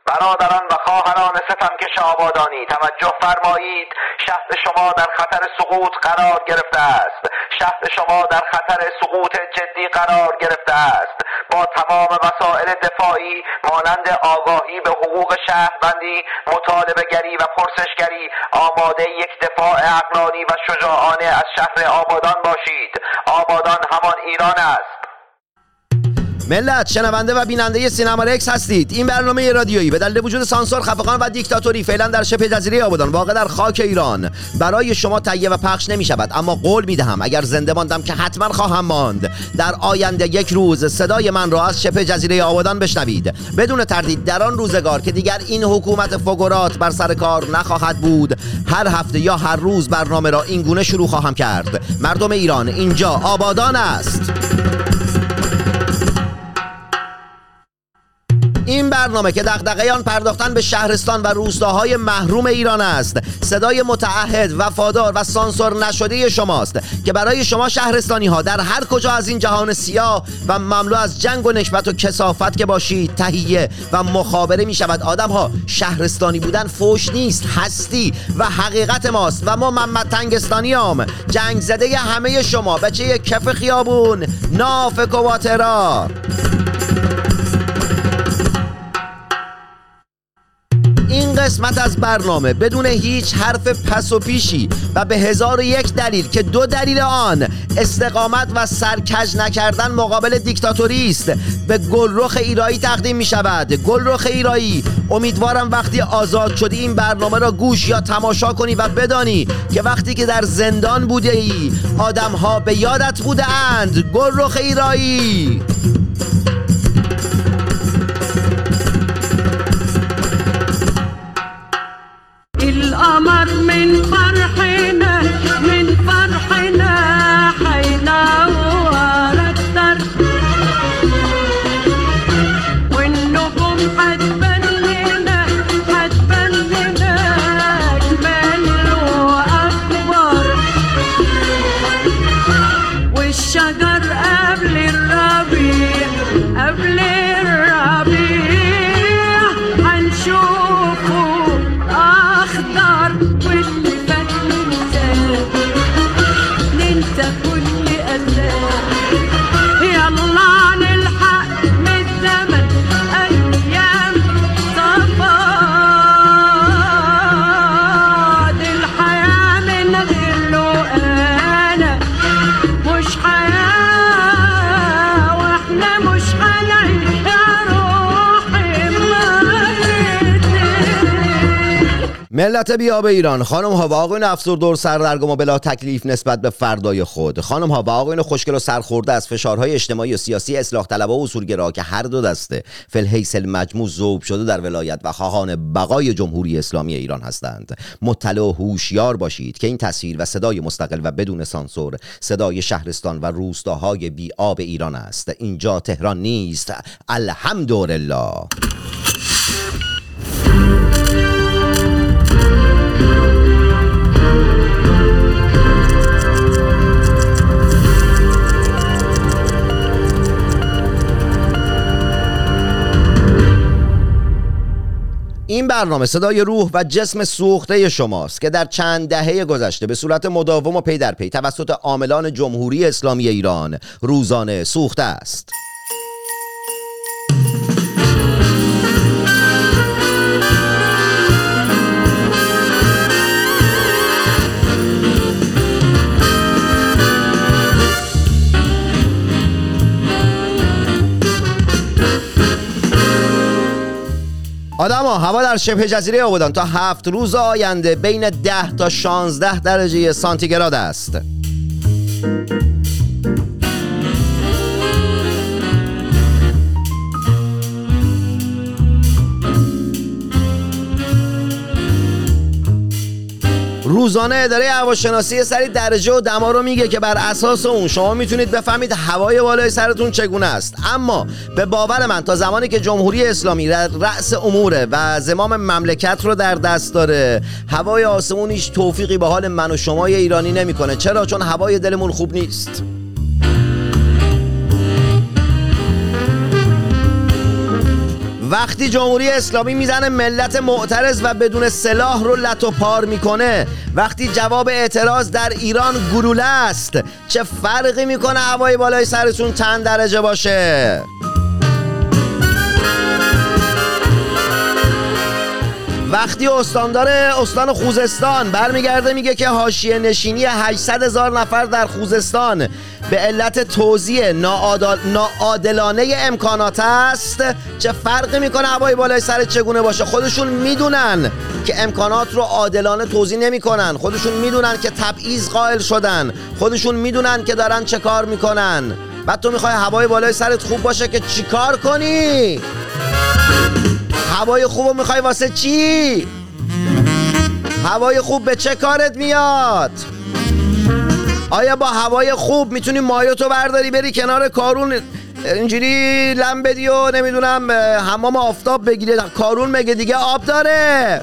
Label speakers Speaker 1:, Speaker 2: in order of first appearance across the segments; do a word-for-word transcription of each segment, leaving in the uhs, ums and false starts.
Speaker 1: برادران و خواهران ستمکش آبادانی توجه فرمایید، شهر شما در خطر سقوط قرار گرفته است. شهر شما در خطر سقوط جدی قرار گرفته است. با تمام وسایل دفاعی مانند آگاهی به حقوق شهروندی، مطالبه گری و پرسشگری آماده یک دفاع عقلانی و شجاعانه از شهر آبادان باشید. آبادان همان ایران است.
Speaker 2: ملت، شنونده و بیننده سینما رکس هستید. این برنامه رادیویی به دلیل وجود سانسور، خفقان و دیکتاتوری فعلا در شبه جزیره آبادان واقع در خاک ایران برای شما تهیه و پخش نمی شود، اما قول می دهم اگر زنده ماندم که حتما خواهم ماند، در آینده یک روز صدای من را از شبه جزیره آبادان بشنوید. بدون تردید در آن روزگار که دیگر این حکومت فقرات بر سر کار نخواهد بود، هر هفته یا هر روز برنامه را این گونه شروع خواهم کرد. مردم ایران، اینجا آبادان است. این برنامه که دغدغه آن پرداختن به شهرستان و روستاهای محروم ایران است، صدای متعهد، وفادار و سانسور نشده شماست که برای شما شهرستانی ها در هر کجا از این جهان سیاه و مملو از جنگ و نکبت و کثافت که باشید تهیه و مخابره می شود. آدم ها، شهرستانی بودن فوش نیست، هستی و حقیقت ماست و ما محمد تنگستانیام، جنگ زده همه شما، بچه کف خیابون، ناف کواترا. این قسمت از برنامه بدون هیچ حرف پس و پیشی و به هزار و یک دلیل که دو دلیل آن استقامت و سرکج نکردن مقابل دیکتاتوری است، به گلرخ ایرایی تقدیم می شود. گلرخ ایرایی، امیدوارم وقتی آزاد شدی این برنامه را گوش یا تماشا کنی و بدانی که وقتی که در زندان بوده ای آدم ها به یادت بوده اند. گلرخ ایرایی.
Speaker 3: القمر من فرحنا من فرحنا حينور الدرب، والنجوم حتبان لنا حتبان لنا أجمل وأكبر، والشجر قبل الربيع قبل الربيع هنشوفه أخضر، واللي فات ننساه ننسى كل أذاه. يلا نلحق من الزمن أيام صفاد، الحياة من غير لقانا مش حياة، واحنا مش هنعيش يا روحي
Speaker 2: ملت بیاب ایران، خانم ها و آقایون افسرده و سردرگم و بلا تکلیف نسبت به فردای خود، خانم ها و آقایون خوشگل و سرخورده از فشارهای اجتماعی و سیاسی، اصلاح طلبها و اصولگرا که هر دو دسته فی الحیث المجموع ذوب شده در ولایت و خواهان بقای جمهوری اسلامی ایران هستند، مطلع و هوشیار باشید که این تصویر و صدای مستقل و بدون سانسور صدای شهرستان و روستاهای بیاب ایران است. اینجا تهران نیست. الحمدلله. این برنامه صدای روح و جسم سوخته شماست که در چند دهه گذشته به صورت مداوم و پی در پی توسط عاملان جمهوری اسلامی ایران روزانه سوخته است. آدما، هوا در شبه جزیره آبادان تا هفت روز آینده بین ده تا شانزده درجه سانتیگراد است. روزانه اداره هواشناسی سری درجه و دما رو میگه که بر اساس اون شما میتونید بفهمید هوای بالای سرتون چگونه است. اما به باور من تا زمانی که جمهوری اسلامی در رأس اموره و زمام مملکت رو در دست داره، هوای آسمون هیچ توفیقی به حال من و شمای ایرانی نمیکنه. چرا؟ چون هوای دلمون خوب نیست. وقتی جمهوری اسلامی میزنه ملت معترض و بدون سلاح رو لت و پار میکنه، وقتی جواب اعتراض در ایران گلوله است، چه فرقی میکنه هوای بالای سرتون چند درجه باشه؟ وقتی استاندار استان خوزستان برمیگرده میگه که حاشیه نشینی هشتصد هزار نفر در خوزستان به علت توزیع ناعادلانه امکانات است، چه فرقی میکنه هوای بالای سر چگونه باشه؟ خودشون میدونن که امکانات رو عادلانه توزیع نمیکنن، خودشون میدونن که تبعیض قائل شدن، خودشون میدونن که دارن چه کار میکنن. بعد تو میخوای هوای بالای سرت خوب باشه که چی کار کنی؟ هوای خوبو میخوای واسه چی؟ هوای خوب به چه کارت میاد؟ آیا با هوای خوب میتونی مایوتو برداری بری کنار کارون اینجوری لم بدی و نمیدونم حمام آفتاب بگیری؟ کارون مگه دیگه آب داره؟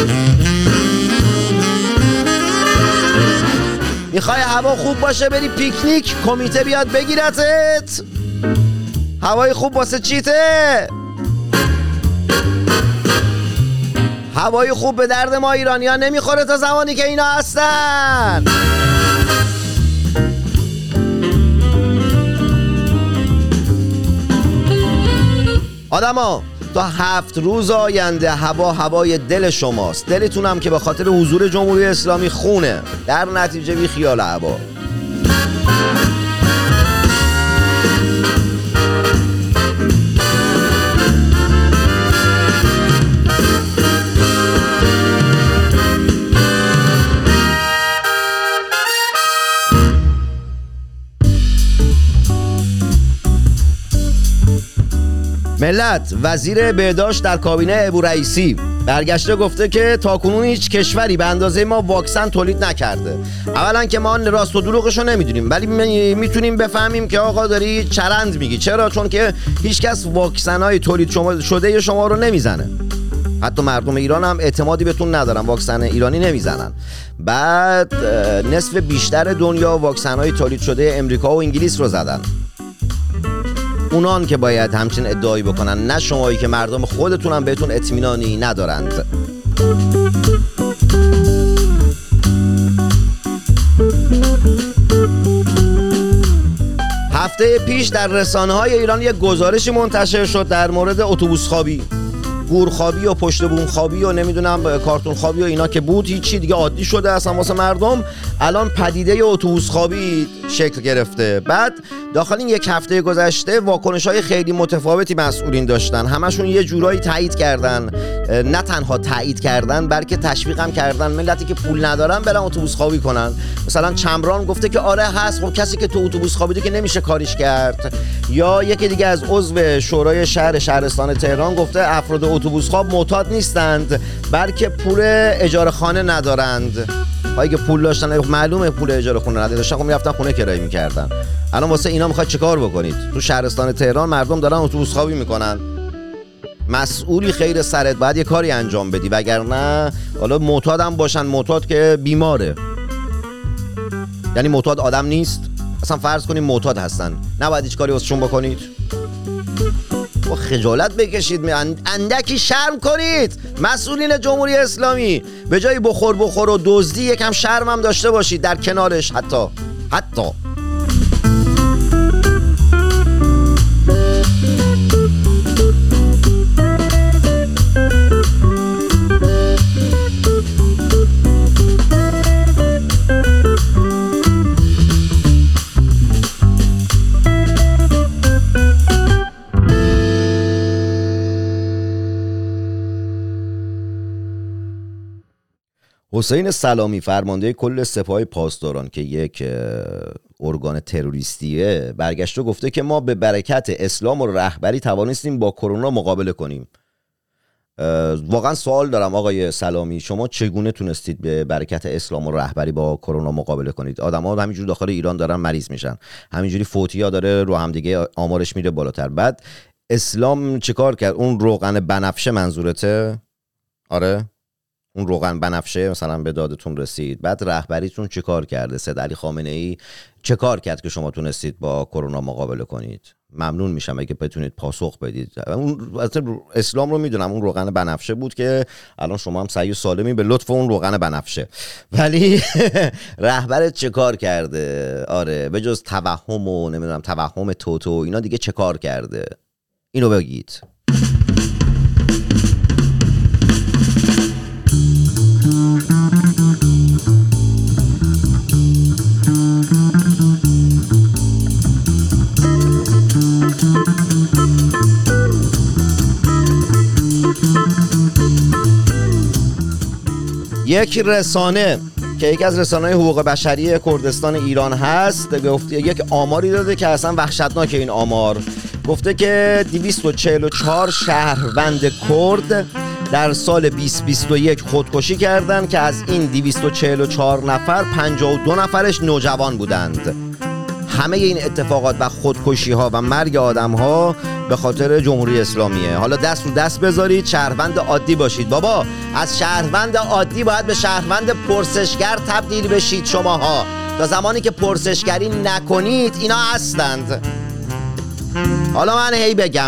Speaker 2: میخوای هوا خوب باشه بری پیکنیک، کمیته بیاد بگیرتت؟ هوای خوب واسه چیته؟ هوای خوب به درد ما ایرانی ها نمیخوره تا زمانی که اینا هستن. آدما تا هفت روز آینده هوا هوای دل شماست، دلتونم که به خاطر حضور جمهوری اسلامی خونه، در نتیجه بی خیال هوا. ملت، وزیر بهداشت در کابینه ابو رئیسی برگشته گفته که تاکنون هیچ کشوری به اندازه ما واکسن تولید نکرده. اولا که ما راست و دروغشو نمیدونیم، ولی میتونیم بفهمیم که آقا داری چرند میگی. چرا؟ چون که هیچکس واکسنای تولید شما شده شما رو نمیزنه. حتی مردم ایران هم اعتمادی بهتون ندارن، واکسن ایرانی نمیزنن. بعد نصف بیشتر دنیا واکسنای تولید شده امریکا و انگلیس رو زدن. اونان که باید همچین ادعایی بکنن، نه شمایی که مردم خودتون هم بهتون اطمینانی ندارند. هفته پیش در رسانه‌های ایران یک گزارشی منتشر شد در مورد اتوبوس خوابی، گورخوابی و پشت بوم خوابی و نمیدونم کارتون خوابی و اینا که بود، هیچی دیگه عادی شده اصلا واسه مردم. الان پدیده اتوبوس خوابی شکل گرفته. بعد داخل این یک هفته گذشته واکنش‌های خیلی متفاوتی مسئولین داشتن، همشون یه جورایی تایید کردن، نه تنها تایید کردن بلکه تشویق هم کردن ملتی که پول ندارن برن اتوبوس خوابی کنن. مثلا چمران گفته که آره هست، خب کسی که تو اتوبوس خوابیده که نمیشه کاریش کرد. یا یکی دیگه از عضو شورای شهر شهرستان تهران گفته افراد اتوبوس خواب معتاد نیستند بلکه پول اجاره خانه ندارند. اگه پول داشتن معلومه پول اجاره خونه نداشتن، خب میرفتن خونه کرایه میکردن. الان واسه اینا میخواد چیکار بکنید؟ تو شهرستان تهران مردم دارن اتوبوس خوابی میکنن. مسئولی خیر سرت، باید یه کاری انجام بدی، وگرنه حالا معتاد هم باشن، معتاد که بیماره. یعنی معتاد آدم نیست؟ اصلا فرض کنیم معتاد هستن، نباید هیچ کاری واسهشون بکنید؟ و خجالت بکشید، اندکی شرم کنید. مسئولین جمهوری اسلامی به جای بخور بخور و دزدی یکم شرم هم داشته باشید در کنارش. حتی حتی حسین سلامی فرمانده کل سپاه پاسداران که یک ارگان تروریستیه برگشته گفته که ما به برکت اسلام و رهبری توانستیم با کرونا مقابله کنیم. واقعا سوال دارم آقای سلامی، شما چگونه تونستید به برکت اسلام و رهبری با کرونا مقابله کنید؟ آدم‌ها همینجوری داخل ایران دارن مریض میشن، همینجوری فوتی‌ها داره رو هم دیگه آمارش میره بالاتر. بعد اسلام چیکار کرد؟ اون روغن بنفشه منظورته؟ آره اون روغن بنفشه مثلا به دادتون رسید، بعد رهبریتون چه کار کرده؟ سید علی خامنه ای چه کار کرد که شما تونستید با کرونا مقابله کنید؟ ممنون میشم اگه بتونید پاسخ بدید. اون اسلام رو میدونم اون روغن بنفشه بود که الان شما هم صحیح و سالمی به لطف اون روغن بنفشه، ولی رهبرت چه کار کرده؟ آره به جز توهم و نمیدونم توهم توتو اینا دیگه چه کار کرده؟ اینو بگید. یک رسانه که یکی از رسانه‌های حقوق بشری کردستان ایران هست گفته، یک آماری داده که اصلا وحشتناکه این آمار، گفته که دویست و چهل و چهار شهروند کرد در سال بیست بیست و یک خودکشی کردند که از این دویست و چهل و چهار نفر پنجاه و دو نفرش نوجوان بودند. همه این اتفاقات و خودکشی ها و مرگ آدم ها به خاطر جمهوری اسلامیه. حالا دست رو دست بذارید، شهروند عادی باشید. بابا از شهروند عادی باید به شهروند پرسشگر تبدیل بشید شماها. تا زمانی که پرسشگری نکنید اینا هستند. حالا من هی بگم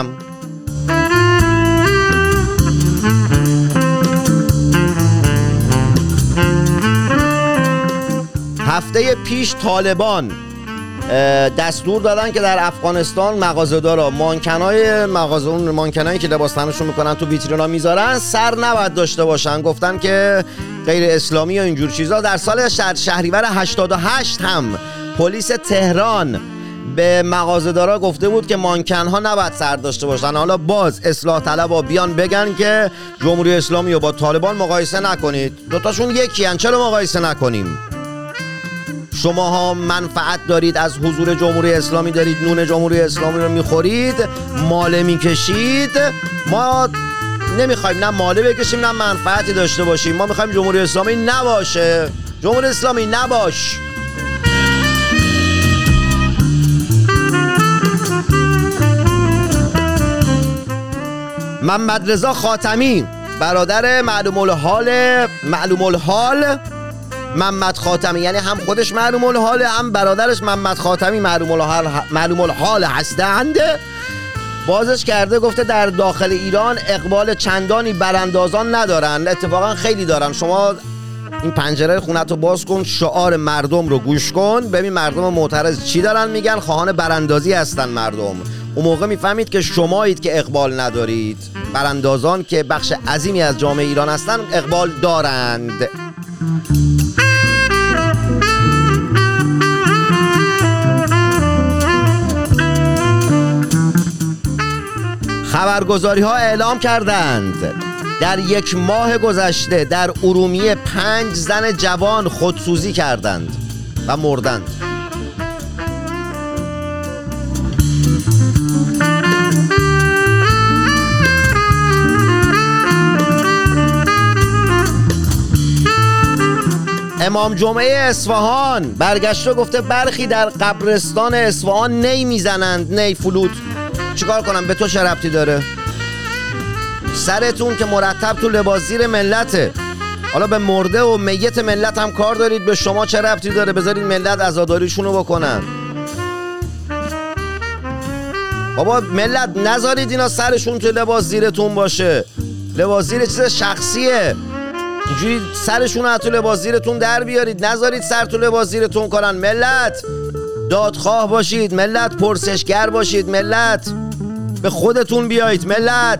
Speaker 2: هفته پیش طالبان دستور دادن که در افغانستان مغازه‌دارا مانکنای مغازه اون مانکنایی که لباس تنشون میکنن تو ویترینا میذارن سر نباید داشته باشن. گفتن که غیر اسلامی و اینجور چیزا. در سال شهریور هشتاد و هشت هم پلیس تهران به مغازه‌دارا گفته بود که مانکن‌ها نباید سر داشته باشن. حالا باز اصلاح طلبا بیان بگن که جمهوری اسلامی رو با طالبان مقایسه نکنید، دوتاشون یکی ان، چرا مقایسه نکنیم؟ شماها منفعت دارید از حضور جمهوری اسلامی، دارید نون جمهوری اسلامی رو میخورید، ماله میکشید. ما نمیخوایم نه ماله بکشیم نه منفعتی داشته باشیم. ما میخوایم جمهوری اسلامی نباشه. جمهوری اسلامی نباش. محمد رضا خاتمی برادر معلوم الحال معلوم الحال محمد خاتمی، یعنی هم خودش معلوم الحال هم برادرش محمد خاتمی معلوم الحال معلوم الحال هستند، بازش کرده گفته در داخل ایران اقبال چندانی براندازان ندارن. اتفاقا خیلی دارن. شما این پنجره خونت رو باز کن، شعار مردم رو گوش کن، ببین مردم معترض چی دارن میگن. خواهان براندازی هستن مردم. اون موقع میفهمید که شمایید که اقبال ندارید. براندازان که بخش عظیمی از جامعه ایران هستن اقبال دارند. خبرگزاری ها اعلام کردند در یک ماه گذشته در ارومیه پنج زن جوان خودسوزی کردند و مردند. امام جمعه اصفهان برگشته گفته برخی در قبرستان اصفهان نی میزنند، نی فلوت. چیکار کنم؟ به تو چه ربطی داره؟ سرتون که مرتب تو لباس زیر ملته. حالا به مرده و میت ملت هم کار دارید، به شما چه ربطی داره؟ بذارید ملت عزاداریشونو بکنن. بابا ملت نذارید اینا سرشون تو لباس زیرتون باشه. لباس زیر چیز شخصیه. اینجوری سرشون رو تو لباس زیرتون در بیارید، نذارید سر تو لباس زیرتون کنن. ملت دادخواه باشید، ملت پرسشگر باشید، ملت به خودتون بیایید. ملت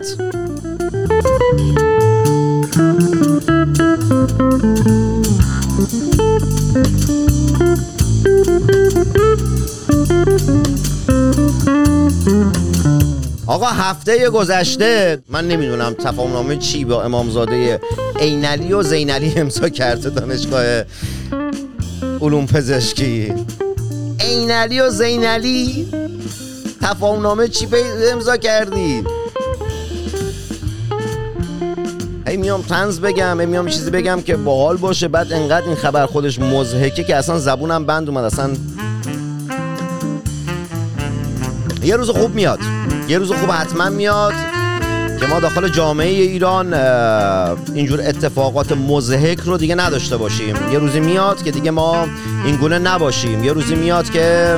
Speaker 2: آقا هفته گذشته من نمیدونم تفاهمنامه چی با امامزاده عینعلی و زینعلی امضا کرده دانشگاه علوم پزشکی. عینعلی و زینعلی تفاهمنامه چی امضا کردی؟ هی میام طنز بگم، هی میام چیزی بگم که باحال باشه، بعد انقدر این خبر خودش مضحکه که اصلا زبونم بند اومد. اصلا یه روز خوب میاد، یه روز خوب حتما میاد. که ما داخل جامعه ایران اینجور اتفاقات مضحک رو دیگه نداشته باشیم. یه روزی میاد که دیگه ما این گونه نباشیم. یه روزی میاد که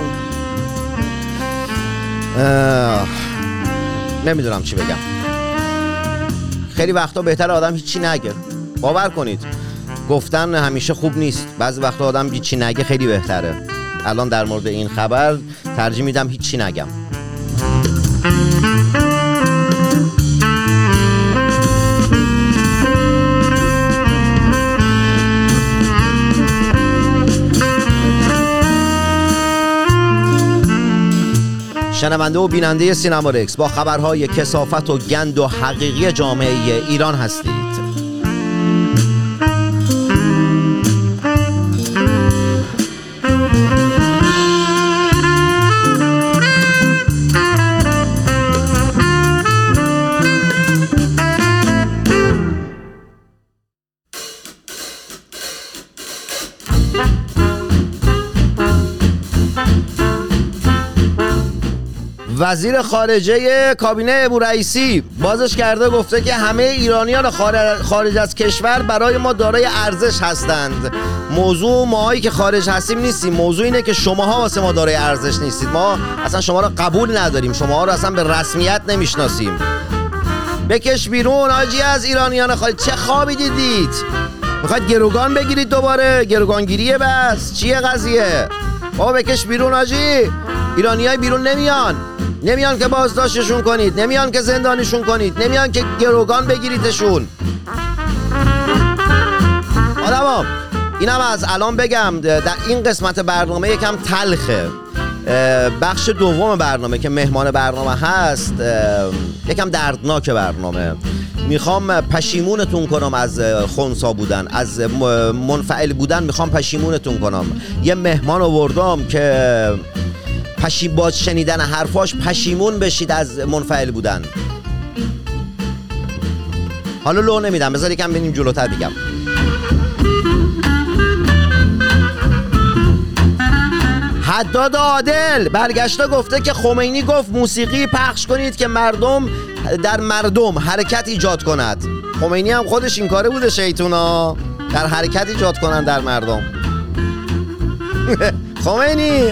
Speaker 2: نمیدونم چی بگم. خیلی وقتا بهتره آدم هیچی نگه. باور کنید گفتن همیشه خوب نیست. بعضی وقتا آدم هیچی نگه خیلی بهتره. الان در مورد این خبر ترجیح میدم هیچی نگم. شنونده و بیننده سینما رکس، با خبرهای کثافت و گند و حقیقی جامعه ایران هستید. وزیر خارجه کابینه ابورئیسی بازش کرده، گفته که همه ایرانیان خارج از کشور برای ما دارای ارزش هستند. موضوع ماهایی که خارج هستیم نیستیم، موضوع اینه که شماها واسه ما دارای ارزش نیستید. ما اصلا شما رو قبول نداریم، شما رو اصلا به رسمیت نمیشناسیم. بکش بیرون آجی از ایرانیان خارج. چه خوابی دیدید؟ میخواید گروگان بگیرید دوباره؟ گروگانگیریه بس؟ چیه قضیه؟ بابا بکش بیرون آجی. ایرانیای بیرون نمیان، نمیان که بازداشتشون کنید، نمیان که زندانشون کنید، نمیان که گروگان بگیریدشون. آدمام اینم از الان بگم، در این قسمت برنامه یکم تلخه. بخش دوم برنامه که مهمان برنامه هست یکم دردناک برنامه. میخوام پشیمونتون کنم از خنثی بودن، از منفعل بودن. میخوام پشیمونتون کنم. یه مهمان آوردم که پشی باز شنیدن حرفاش پشیمون بشید از منفعل بودن. حالا لو نمیدم، بذار یکم ببینیم جلوتر بگم. حداد عادل برگشته گفته که خمینی گفت موسیقی پخش کنید که مردم در مردم حرکت ایجاد کند. خمینی هم خودش این کاره بوده شیطونا، در حرکت ایجاد کنن در مردم. خمینی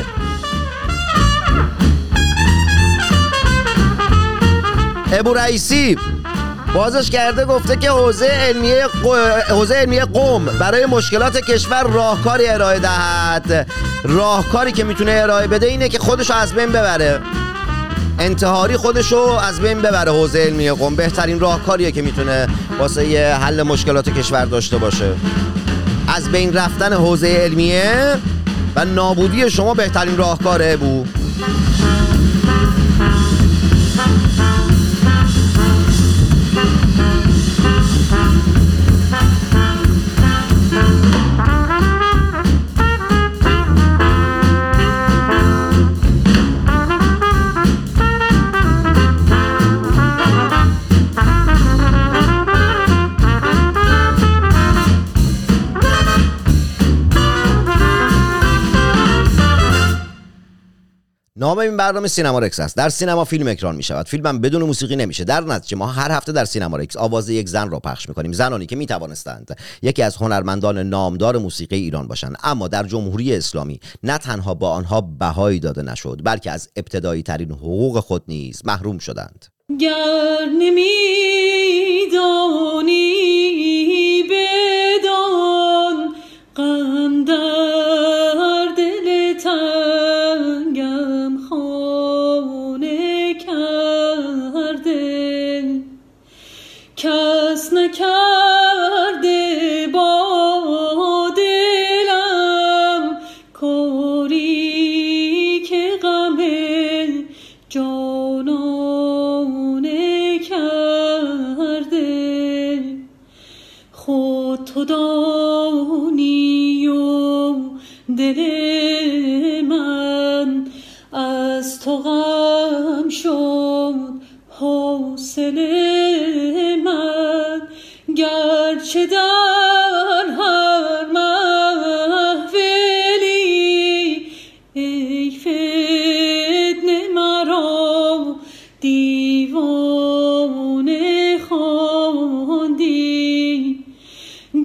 Speaker 2: ابورئیسی بازش کرده، گفته که حوزه علمیه حوزه علمیه قم برای مشکلات کشور راهکاری ارائه دهد. راهکاری که میتونه ارائه بده اینه که خودشو از بین ببره، انتحاری خودشو از بین ببره. حوزه علمیه قم بهترین راهکاریه که میتونه واسه حل مشکلات کشور داشته باشه. از بین رفتن حوزه علمیه و نابودی شما بهترین راهکاره بود. نام این برنامه سینما رکس است. در سینما فیلم اکران می شود. فیلم هم بدون موسیقی نمیشه. در نتیجه ما هر هفته در سینما رکس آواز یک زن را پخش میکنیم. زنانی که می توانستند یکی از هنرمندان نامدار موسیقی ایران باشند، اما در جمهوری اسلامی نه تنها با آنها بهایی داده نشد، بلکه از ابتدایی ترین حقوق خود نیز محروم شدند.
Speaker 3: گر نمیدانی بدان غم در دل تنگم خانه کرده، کس نکرده با دلم کاری که غم جانانه کرده. خود تو دانی و دل من از تو غم شد حوصله من، گرچه در هر محفلی ای فتنه مرا دیوانه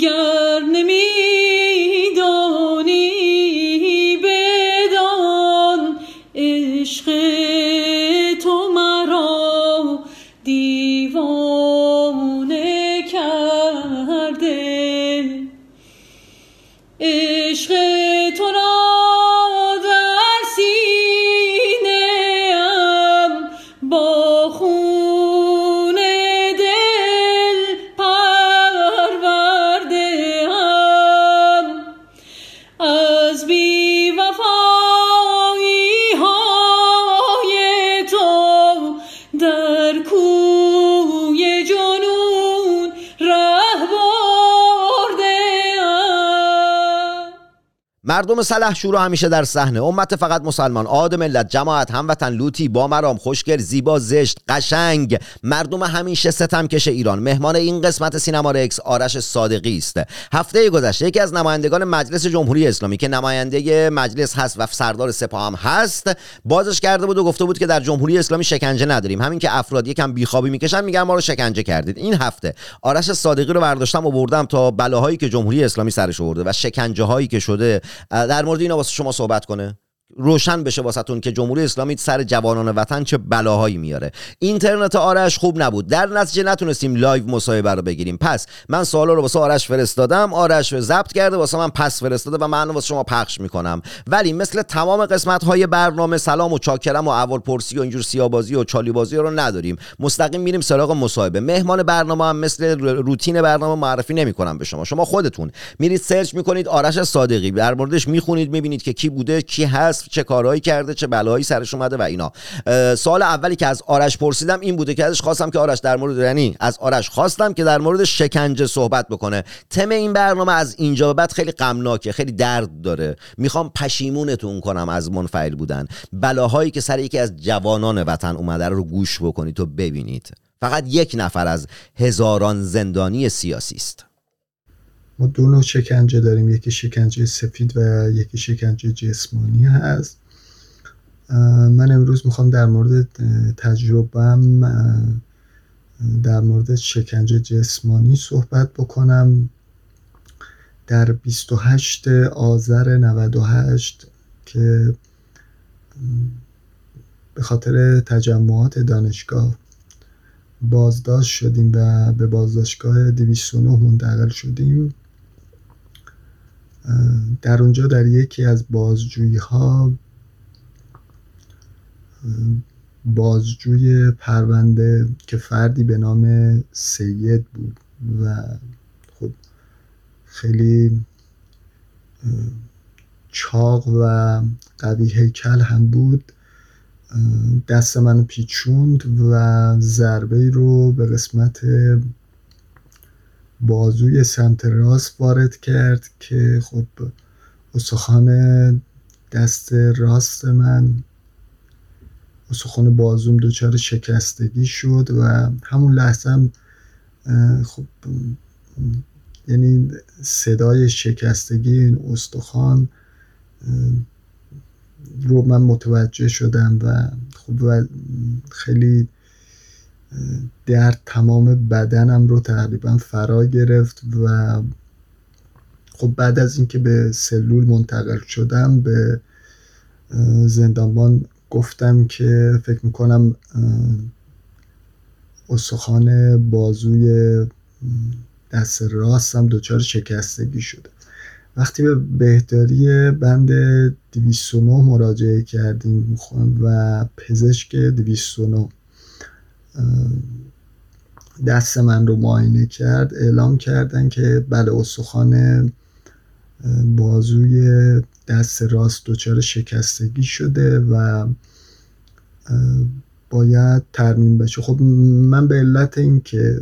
Speaker 3: گر نمیدانی بدان عشق تو مرا دیوانه کرده. عشق تو را در سینه‌ام با خون دل پرورده‌ام. از بی وفایی های تو در کوی جنون ره برده‌ام.
Speaker 2: مردم سلحشورا همیشه در صحنه. امت فقط مسلمان، عاد ملت، جماعت، هموطن، لوتی، بامرام، خوشگل، زیبا، زشت، قشنگ، مردم همیشه ستمکش ایران. مهمان این قسمت سینما رکس آرش صادقی است. هفته گذشته یکی از نمایندگان مجلس جمهوری اسلامی که نماینده مجلس هست و سردار سپاه هم هست، بازش کرده بود و گفته بود که در جمهوری اسلامی شکنجه نداریم. همین که افراد یکم بیخوابی میکشن میگن ما رو شکنجه کردید. این هفته آرش صادقی رو برداشتم و بردم تا بلاهایی که جمهوری اسلامی سرش آورده و شکنجه هایی که شده در مورد اینا واسه شما صحبت کنه، روشن بشه واسهتون که جمهوری اسلامی سر جوانان وطن چه بلاهایی میاره. اینترنت آرش خوب نبود، در نتیجه نتونستیم لایو مصاحبه رو بگیریم. پس من سوالا رو واسه آرش فرستادم، آرش ضبط کرده واسه من پس فرستاده و من واسه شما پخش میکنم. ولی مثل تمام قسمت های برنامه سلام و چاکرم و احوالپرسی و اینجور سیاه‌بازی و چالی‌بازی رو نداریم، مستقیم میریم سراغ مصاحبه. مهمان برنامه هم مثل روتین برنامه معرفی نمیکنم به شما، شما خودتون میرید سرچ میکنید آرش صادقی، در موردش میخونید، میبینید که کی بوده، کی هست، چه کارهایی کرده، چه بلایی سرش اومده و اینا. سوال اولی که از آرش پرسیدم این بوده که ازش خواستم که آرش در مورد، یعنی از آرش خواستم که در مورد شکنجه صحبت بکنه. تم این برنامه از اینجا به بعد خیلی غمناکه، خیلی درد داره. میخوام پشیمونتون کنم از منفعل بودن. بلاهایی که سر یکی از جوانان وطن اومده رو گوش بکنید و ببینید. فقط یک نفر از هزاران زندانی سیاسی است.
Speaker 4: ما دو نوع شکنجه داریم، یکی شکنجه سفید و یکی شکنجه جسمانی هست. من امروز میخوام در مورد تجربه‌ام در مورد شکنجه جسمانی صحبت بکنم. در بیست و هشتم آذر نود و هشت که به خاطر تجمعات دانشگاه بازداشت شدیم و به بازداشتگاه دویست و نه منتقل شدیم، در اونجا در یکی از بازجویی ها بازجوی پرونده که فردی به نام سید بود و خب خیلی چاق و قوی هیکل هم بود، دست منو پیچوند و ضربه رو به قسمت بازوی سمت راست وارد کرد که خب استخوان دست راست من، استخوان بازوم دچار شکستگی شد و همون لحظه هم خب یعنی صدای شکستگی این استخوان رو من متوجه شدم و خب خیلی درد تمام بدنم رو تقریبا فرا گرفت و خب بعد از اینکه به سلول منتقل شدم به زندانبان گفتم که فکر میکنم استخوان بازوی دست راستم دچار شکستگی شده. وقتی به بهداری بند دویست و نه مراجعه کردیم و پزشک دویست و نه دست من رو معاینه کرد، اعلام کردن که بله استخوان بازوی دست راست دچار شکستگی شده و باید ترمیم بشه. خب من به علت این که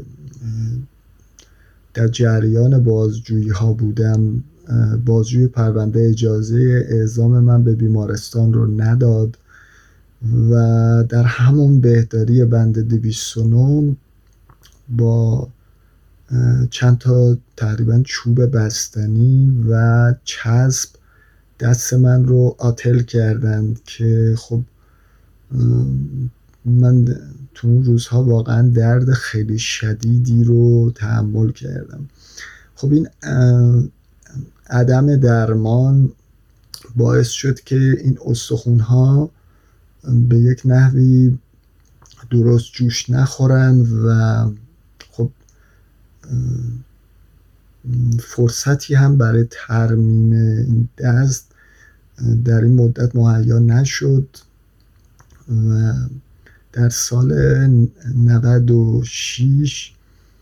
Speaker 4: در جریان بازجویی ها بودم، بازجوی پرونده اجازه اعزام من به بیمارستان رو نداد و در همون بهداری بند دویست و نه با چند تا تقریبا چوب بستنی و چسب دست من رو آتل کردند که خب من تو اون روزها واقعا درد خیلی شدیدی رو تحمل کردم. خب این عدم درمان باعث شد که این استخوان‌ها به یک نحوی درست جوش نخورن و خب فرصتی هم برای ترمیم این دست در این مدت مهیا نشد و در سال نود و شش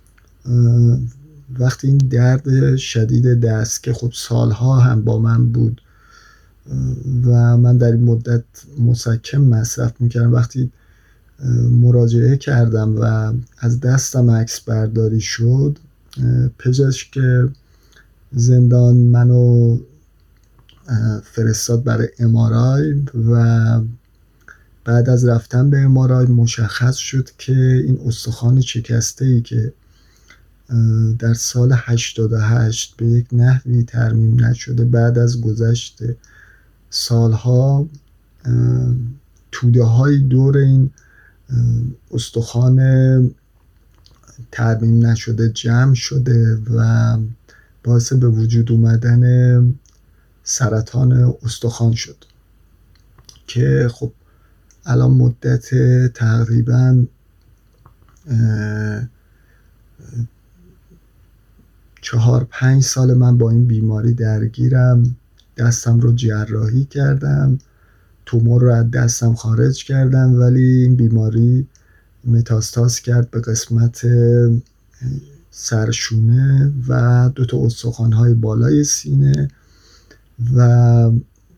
Speaker 4: وقتی این درد شدید دست که خب سالها هم با من بود و من در این مدت مسکن مصرف میکردم، وقتی مراجعه کردم و از دستم عکس برداری شد، پزشک زندان منو فرستاد برای ام‌آرآی و بعد از رفتن به ام‌آرآی مشخص شد که این استخوان شکسته‌ای که در سال هشتاد و هشت به یک نحوی ترمیم نشده، بعد از گذشت سالها توده های دور این استخوان ترمیم نشده جمع شده و باعث به وجود اومدن سرطان استخوان شد که خب الان مدت تقریبا چهار پنج سال من با این بیماری درگیرم. دستم رو جراحی کردم، تومور رو از دستم خارج کردم، ولی این بیماری متاستاز کرد به قسمت سرشونه و دو تا استخوان‌های بالای سینه و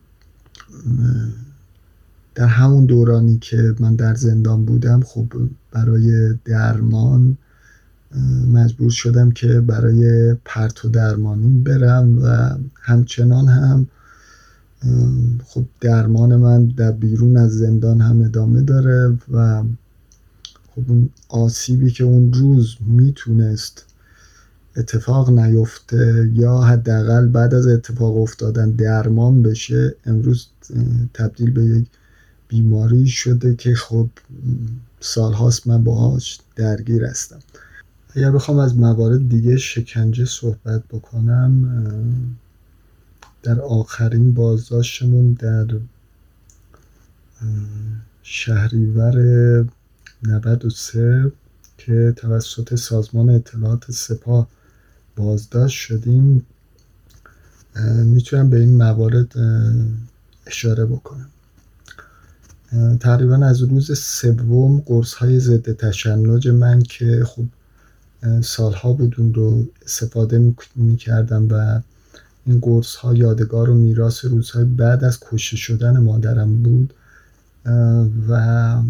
Speaker 4: در همون دورانی که من در زندان بودم خب برای درمان مجبور شدم که برای پرتو درمانی برم و همچنان هم خب درمان من در بیرون از زندان هم ادامه داره و خب اون آسیبی که اون روز میتونست اتفاق نیفته یا حداقل بعد از اتفاق افتادن درمان بشه، امروز تبدیل به یک بیماری شده که خب سالهاست من باهاش درگیر هستم. اگر بخوام از موارد دیگه شکنجه صحبت بکنم، در آخرین بازداشتمون در شهریور نود و سه که توسط سازمان اطلاعات سپاه بازداشت شدیم، میتونم به این موارد اشاره بکنم. تقریبا از روز سوم قرص های ضد تشنج من که خب سالها بود اون رو استفاده میکردم و این قرص ها یادگار و میراث روزهای بعد از کشته شدن مادرم بود و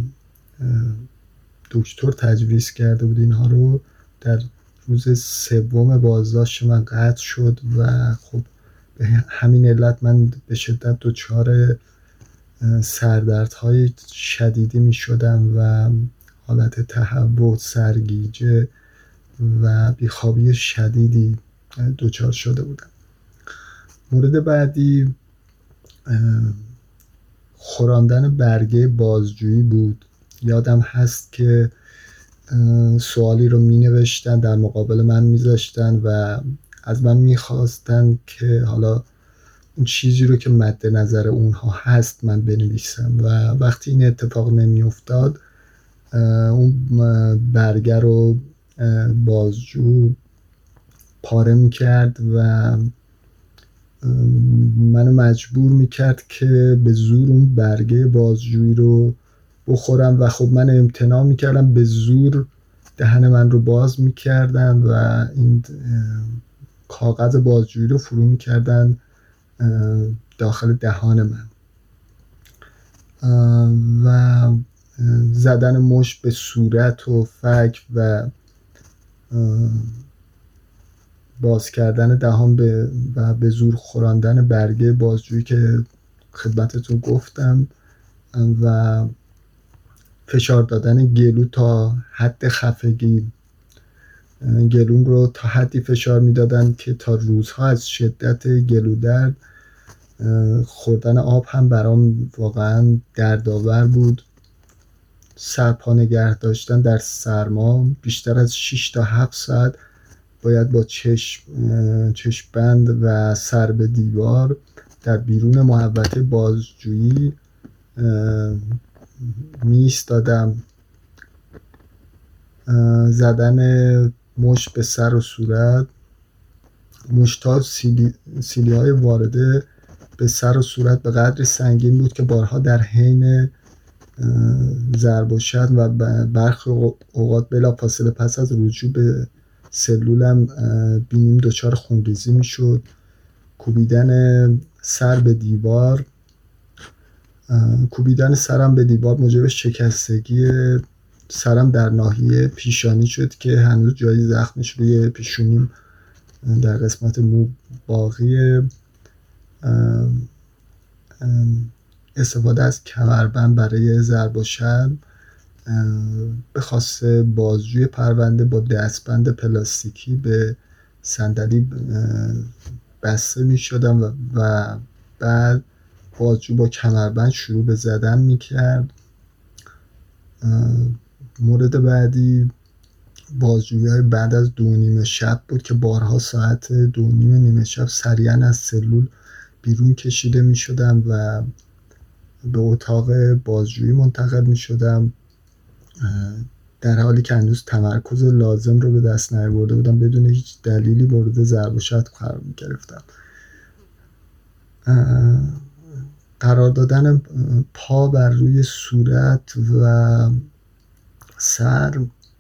Speaker 4: دکتر تجویز کرده بود اینها رو، در روز سوم بازداشت من قطع شد و خب به همین علت من به شدت دچار سردردهای شدیدی می شدم و حالت تهوع، سرگیجه و بیخوابی شدیدی دچار شده بودم. مورد بعدی خوراندن برگه بازجویی بود. یادم هست که سوالی رو می نوشتن در مقابل من می ذاشتن و از من می خواستن که حالا اون چیزی رو که مد نظر اونها هست من بنویسم و وقتی این اتفاق نمی افتاد اون برگه رو بازجو پاره می کرد و منو مجبور می کرد که به زور اون برگه بازجویی رو بخورم و خب من امتناع می کردم، به زور دهن من رو باز می کردن و این کاغذ بازجویی رو فرو می کردن داخل دهان من و زدن مشت به صورت و فک و باز کردن دهان به و به زور خوراندن برگه بازجویی که خدمتتون گفتم و فشار دادن گلو تا حد خفگی. گلوم رو تا حدی فشار میدادن که تا روزها از شدت گلو درد خوردن آب هم برام واقعا دردآور بود. سرپا نگه داشتن در سرما بیشتر از شش تا هفت ساعت باید با چشم چشم بند و سر به دیوار در بیرون محوطه بازجویی می ایستادم. زدن مشت به سر و صورت، مشت‌ها سیلی, سیلی های وارده به سر و صورت به قدری سنگین بود که بارها در حین ضرب و شتم و برخی اوقات بلافاصله پس از رجوع به سلولم بینیم دچار خونریزی میشد. کوبیدن سر به دیوار کوبیدن سرم به دیوار موجب شکستگی سرم در ناحیه پیشانی شد که هنوز جای زخمش روی پیشونیم در قسمت مو باقیه. استفاده از کمربند برای ضرب و شتم به خاص بازجوی پرونده با دستبند پلاستیکی به صندلی بسته می شدم و, و بعد بازجو با کمربند شروع به زدن می کرد. مورد بعدی بازجویی های بعد از دو نیمه شب بود که بارها ساعت دو نیمه نیمه شب سریعا از سلول بیرون کشیده می شدم و به اتاق بازجویی منتقل می شدم، در حالی که هنوز تمرکز لازم رو به دست نیاورده بودم. بدون هیچ دلیلی مورد ضرب و شتم قرار می گرفتم. قرار دادن پا بر روی صورت و سر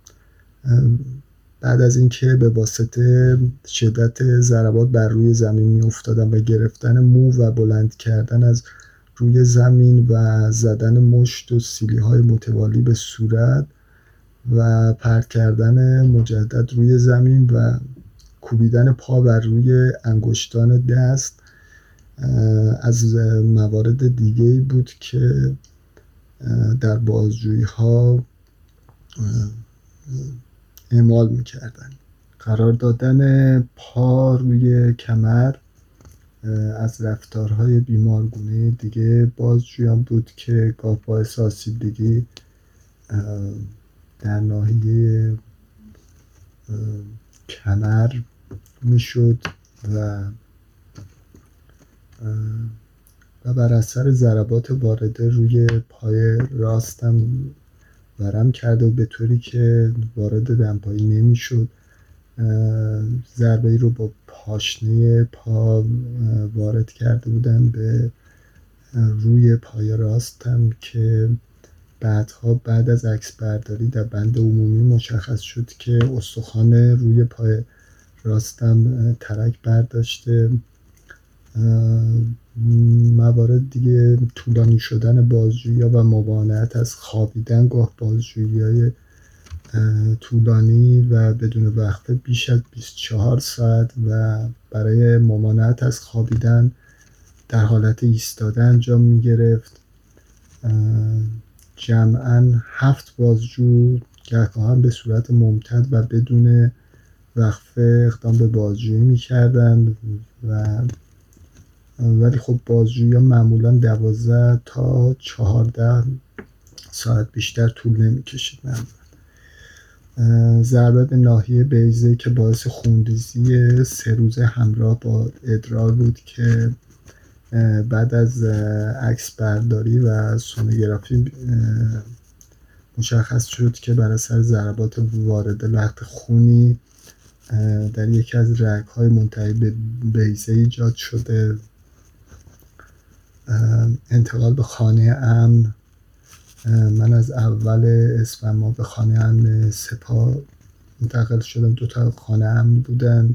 Speaker 4: بعد از اینکه به واسطه شدت ضربات بر روی زمین می افتادم و گرفتن مو و بلند کردن از روی زمین و زدن مشت و سیلی های متوالی به صورت و پرت کردن مجدد روی زمین و کوبیدن پا بر روی انگشتان دست از موارد دیگه‌ای بود که در بازجویی ها اعمال می‌کردن. قرار دادن پا روی کمر از رفتارهای بیمارگونه دیگه بازجویان بود که گاه باعث آسیب‌دیدگی در ناحیه کمر میشد و و بر اثر ضربات وارده روی پای راستم ورم کرده و به طوری که وارد دمپایی نمیشد. ضربه ای رو با پاشنه پا وارد کرده بودن به روی پای راستم که بعدها بعد از عکس برداری در بند عمومی مشخص شد که استخوان روی پای راستم ترک برداشته. موارد دیگه طولانی شدن بازجویی و ممانعت از خوابیدن، گاه بازجویی‌های طولانی و بدون وقفه بیش از بیست و چهار ساعت و برای ممانعت از خوابیدن در حالت ایستاده انجام می گرفت. جمعاً هفت بازجو گهگاهان به صورت ممتد و بدون وقفه اقدام به بازجویی می کردن و ولی خب بازجویی ها معمولاً دوازده تا چهارده ساعت بیشتر طول نمی کشید. ضربه به ناحیه بیضه که باعث خونریزی سه روزه همراه با ادرار بود که بعد از عکس برداری و سونوگرافی مشخص شد که بر اثر ضربات وارده لخت خونی در یکی از رگ‌های منتهی به بیضه ایجاد شده. انتقال به خانه امن، من از اول اسفند ماه به خانه امن سپاه منتقل شدم. دو تا خانه امن بودن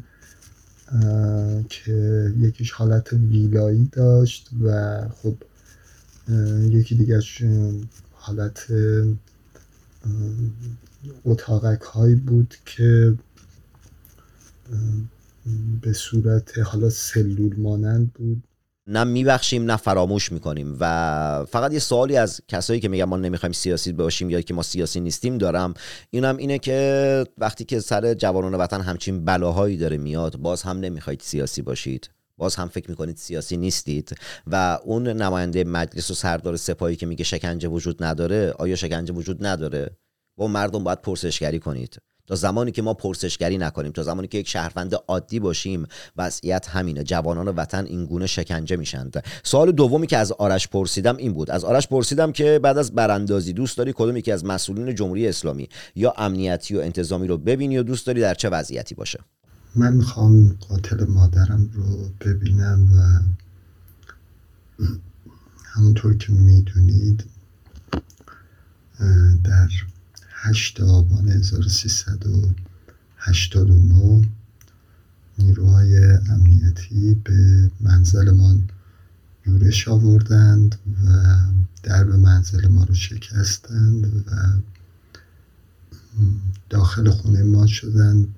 Speaker 4: که یکیش حالت ویلایی داشت و خب یکی دیگهش حالت اتاقک هایی بود که به صورت حالا سلول مانند بود.
Speaker 2: نه میبخشیم نه فراموش میکنیم. و فقط یه سوالی از کسایی که میگن ما نمیخوایم سیاسی باشیم یا که ما سیاسی نیستیم دارم، اینم اینه که وقتی که سر جوانان وطن همچین بلاهایی داره میاد باز هم نمیخواید سیاسی باشید، باز هم فکر میکنید سیاسی نیستید و اون نماینده مجلس و سردار سپاهی که میگه شکنجه وجود نداره، آیا شکنجه وجود نداره؟ با مردم باید پرسشگری کنید. تا زمانی که ما پرسشگری نکنیم، تا زمانی که یک شهروند عادی باشیم، وضعیت همینه. جوانان وطن این گونه شکنجه میشن. سوال دومی که از آرش پرسیدم این بود. از آرش پرسیدم که بعد از براندازی دوست داری کدوم یکی از مسئولین جمهوری اسلامی یا امنیتی و انتظامی رو ببینی و دوست داری در چه وضعیتی باشه؟
Speaker 4: من میخوام قاتل مادرم رو ببینم و همونطور که میدونید در هشت آبان هزار و سیصد و هشتاد و نه نیروهای امنیتی به منزلمان یورش آوردند و درب منزل ما رو شکستند و داخل خونه ما شدند.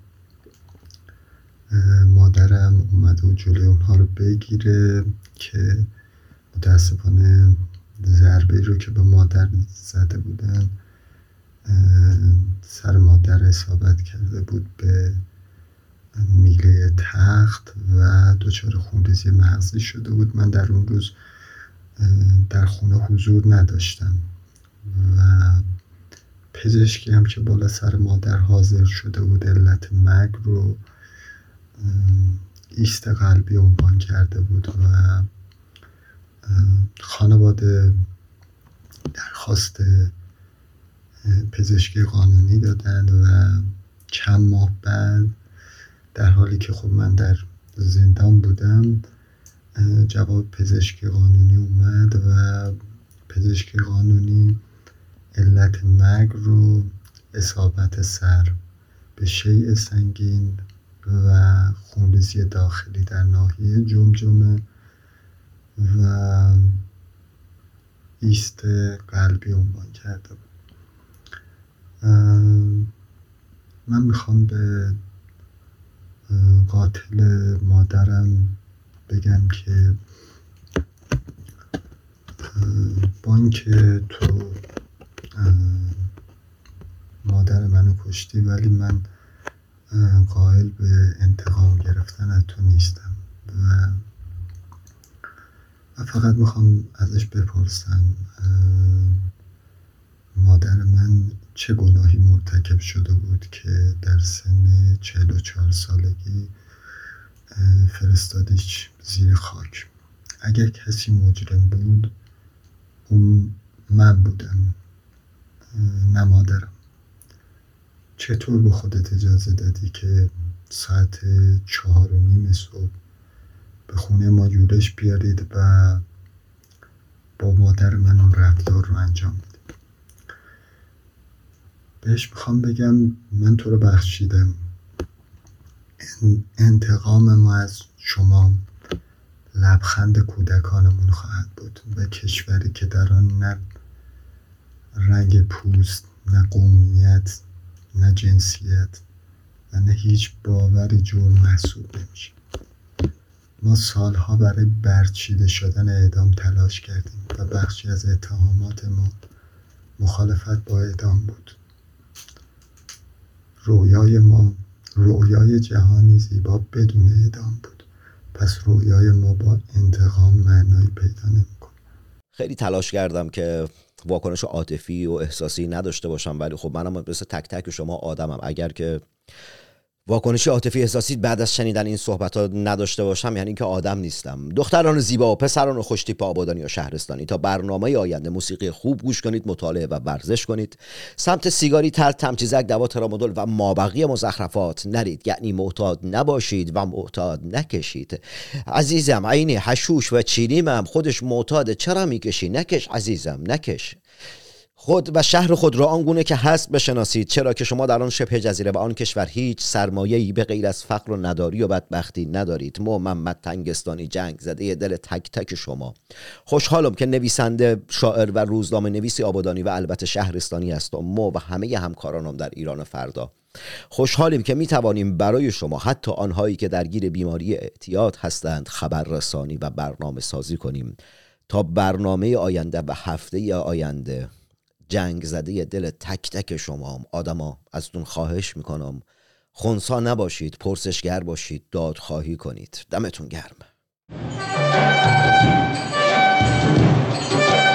Speaker 4: مادرم اومده و جلوی اونها رو بگیره که متاسفانه ضربه رو که به مادر زده بودن سر مادر اصابت کرده بود به میله تخت و دچار خونریزی مغزی شده بود. من در اون روز در خونه حضور نداشتم و پزشکی هم که بالا سر مادر حاضر شده بود علت مرگ رو ایست قلبی عنوان کرده بود و خانواده درخواست پزشکی قانونی دادند و چند ماه بعد در حالی که خب من در زندان بودم جواب پزشکی قانونی اومد و پزشکی قانونی علت مرگ رو اصابت سر به شیء سنگین و خونریزی داخلی در ناحیه جمجمه و ایست قلبی عنوان کرده بود. من میخوام به قاتل مادرم بگم که با اینکه تو مادر منو کشتی ولی من قائل به انتقام گرفتن از تو نیستم و و فقط میخوام ازش بپرسم مادر من چه گناهی مرتکب شده بود که در سن چهل و چهار سالگی فرستادیش زیر خاک. اگر کسی مجرم بود اون من بودم نه مادرم. چطور به خودت اجازه دادی که ساعت چهار و نیم صبح به خونه ما یورش بیارید و با مادر من اون رفتار رو انجام بدید؟ بهش میخوام بگم من تو رو بخشیدم. انتقام ما از شما لبخند کودکانمون خواهد بود و کشوری که در آن نه رنگ پوست، نه قومیت، نه جنسیت و نه هیچ باوری جرم محسوب نمیشه. ما سالها برای برچیده شدن اعدام تلاش کردیم و بخشی از اتهامات ما مخالفت با اعدام بود. رویای ما رویای جهانی زیبا بدون اعدام بود. پس رویای ما با انتقام معنایی پیدا نمی‌کنه.
Speaker 2: خیلی تلاش کردم که واکنش عاطفی و احساسی نداشته باشم، ولی خب منم مثل تک تک شما آدمم. اگر که واکنش عاطفی احساسی بعد از شنیدن این صحبت‌ها نداشته باشم یعنی که آدم نیستم. دختران زیبا و پسران خوش‌تیپ آبادانی و شهرستانی، تا برنامه آینده موسیقی خوب گوش کنید، مطالعه و ورزش کنید، سمت سیگاری، تر، تمچیزک، دوا، ترامادول و مابقی مزخرفات نرید. یعنی معتاد نباشید و معتاد نکشید. عزیزم عینی حشوش و چینیم هم خودش معتاده، چرا میکشی؟ نکش عزیزم، نکش. خود و شهر خود را آنگونه که هست بشناسید، چرا که شما در آن شبه جزیره و آن کشور هیچ سرمایه‌ای به غیر از فقر و نداری و بدبختی ندارید. ما محمد تنگستانی، جنگ زده دل تک تک شما. خوشحالم که نویسنده، شاعر و روزنامه نویسی آبادانی و البته شهرستانی هستم. ما و همه همکارانم در ایران فردا خوشحالیم که می توانیم برای شما، حتی آنهایی که درگیر بیماری اعتیاد هستند، خبررسانی و برنامه سازی کنیم. تا برنامه آینده و هفته آینده، جنگ زده دل تک تک شما هم آدما ازتون خواهش میکنم خنثی نباشید، پرسشگر باشید، دادخواهی کنید. دمتون گرم.